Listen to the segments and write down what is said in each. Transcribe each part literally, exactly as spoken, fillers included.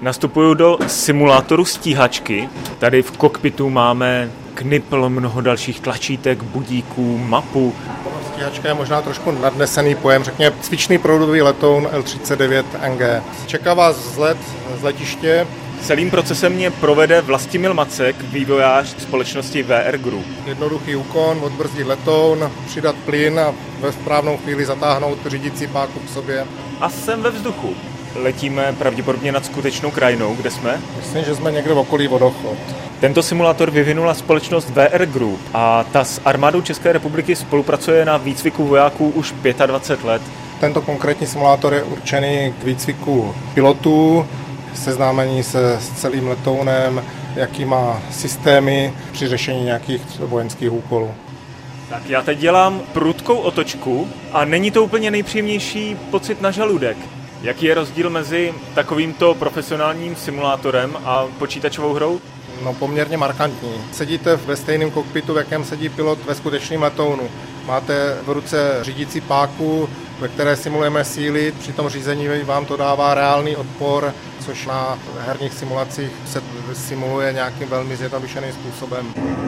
Nastupuju do simulátoru stíhačky. Tady v kokpitu máme knipl, mnoho dalších tlačítek, budíků, mapu. Stíhačka je možná trošku nadnesený pojem, řekněme cvičný proudový letoun el třicet devět en gé. Čeká vás vzlet z letiště. Celým procesem mě provede Vlastimil Macek, vývojář společnosti vé er Group. Jednoduchý úkon, odbrzdit letoun, přidat plyn a ve správnou chvíli zatáhnout řídící páku k sobě. A jsem ve vzduchu. Letíme pravděpodobně nad skutečnou krajinou, kde jsme? Myslím, že jsme někde v okolí Vodochod. Tento simulátor vyvinula společnost vé er Group a ta s armádou České republiky spolupracuje na výcviku vojáků už dvacet pět let. Tento konkrétní simulátor je určený k výcviku pilotů, seznámení se s celým letounem, jaký má systémy při řešení nějakých vojenských úkolů. Tak já teď dělám prudkou otočku a není to úplně nejpříjemnější pocit na žaludek. Jaký je rozdíl mezi takovýmto profesionálním simulátorem a počítačovou hrou? No poměrně markantní. Sedíte ve stejném kokpitu, v jakém sedí pilot ve skutečném letounu. Máte v ruce řídící páku, ve které simulujeme síly, při tom řízení vám to dává reálný odpor, což na herních simulacích se simuluje nějakým velmi zjednodušeným způsobem.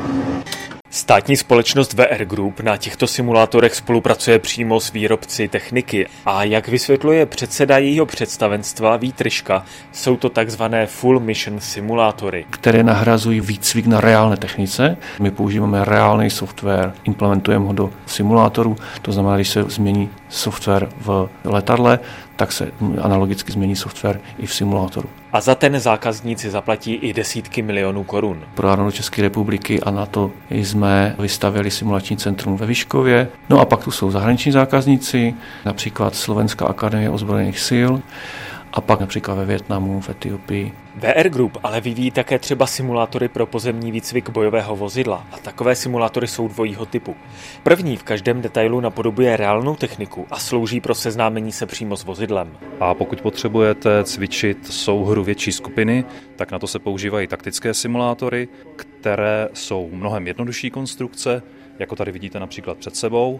Státní společnost vé er Group na těchto simulátorech spolupracuje přímo s výrobci techniky a jak vysvětluje předseda jejího představenstva Vít Ryška, jsou to takzvané full mission simulátory, které nahrazují výcvik na reálné technice. My používáme reálný software, implementujeme ho do simulátoru, to znamená, když se změní software v letadle, tak se analogicky změní software i v simulátoru. A za ten zákazníci zaplatí i desítky milionů korun. Pro armádu České republiky a na to jsme vystavěli simulační centrum ve Vyškově. No a pak tu jsou zahraniční zákazníci, například Slovenská akademie ozbrojených sil, a pak například ve Vietnamu, v Etiopii. vé er Group ale vyvíjí také třeba simulátory pro pozemní výcvik bojového vozidla a takové simulátory jsou dvojího typu. První v každém detailu napodobuje reálnou techniku a slouží pro seznámení se přímo s vozidlem. A pokud potřebujete cvičit souhru větší skupiny, tak na to se používají taktické simulátory, které jsou mnohem jednodušší konstrukce, jako tady vidíte například před sebou.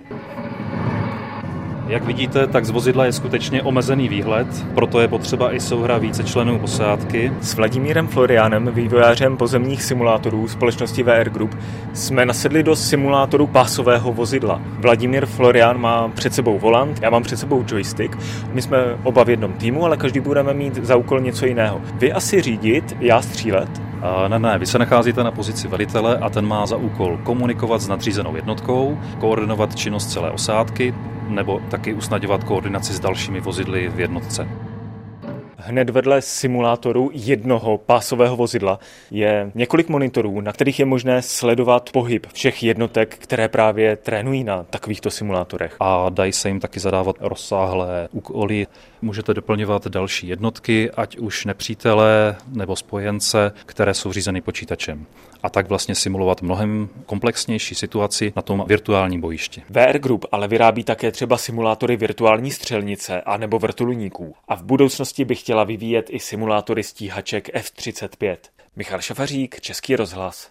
Jak vidíte, tak z vozidla je skutečně omezený výhled, proto je potřeba i souhra více členů posádky. S Vladimírem Floriánem, vývojářem pozemních simulátorů společnosti vé er Group, jsme nasedli do simulátoru pásového vozidla. Vladimír Florián má před sebou volant, já mám před sebou joystick. My jsme oba v jednom týmu, ale každý budeme mít za úkol něco jiného. Vy asi řídit, já střílet? A ne, ne, vy se nacházíte na pozici velitele a ten má za úkol komunikovat s nadřízenou jednotkou, koordinovat činnost celé osádky, nebo taky usnadňovat koordinaci s dalšími vozidly v jednotce. Hned vedle simulátoru jednoho pásového vozidla je několik monitorů, na kterých je možné sledovat pohyb všech jednotek, které právě trénují na takovýchto simulátorech. A dají se jim taky zadávat rozsáhlé úkoly. Můžete doplňovat další jednotky, ať už nepřítele nebo spojence, které jsou řízeny počítačem. A tak vlastně simulovat mnohem komplexnější situaci na tom virtuálním bojišti. vé er Group ale vyrábí také třeba simulátory virtuální střelnice a nebo vrtulníků. A v budoucnosti by chtěla vyvíjet i simulátory stíhaček ef třicet pět. Michal Šafařík, Český rozhlas.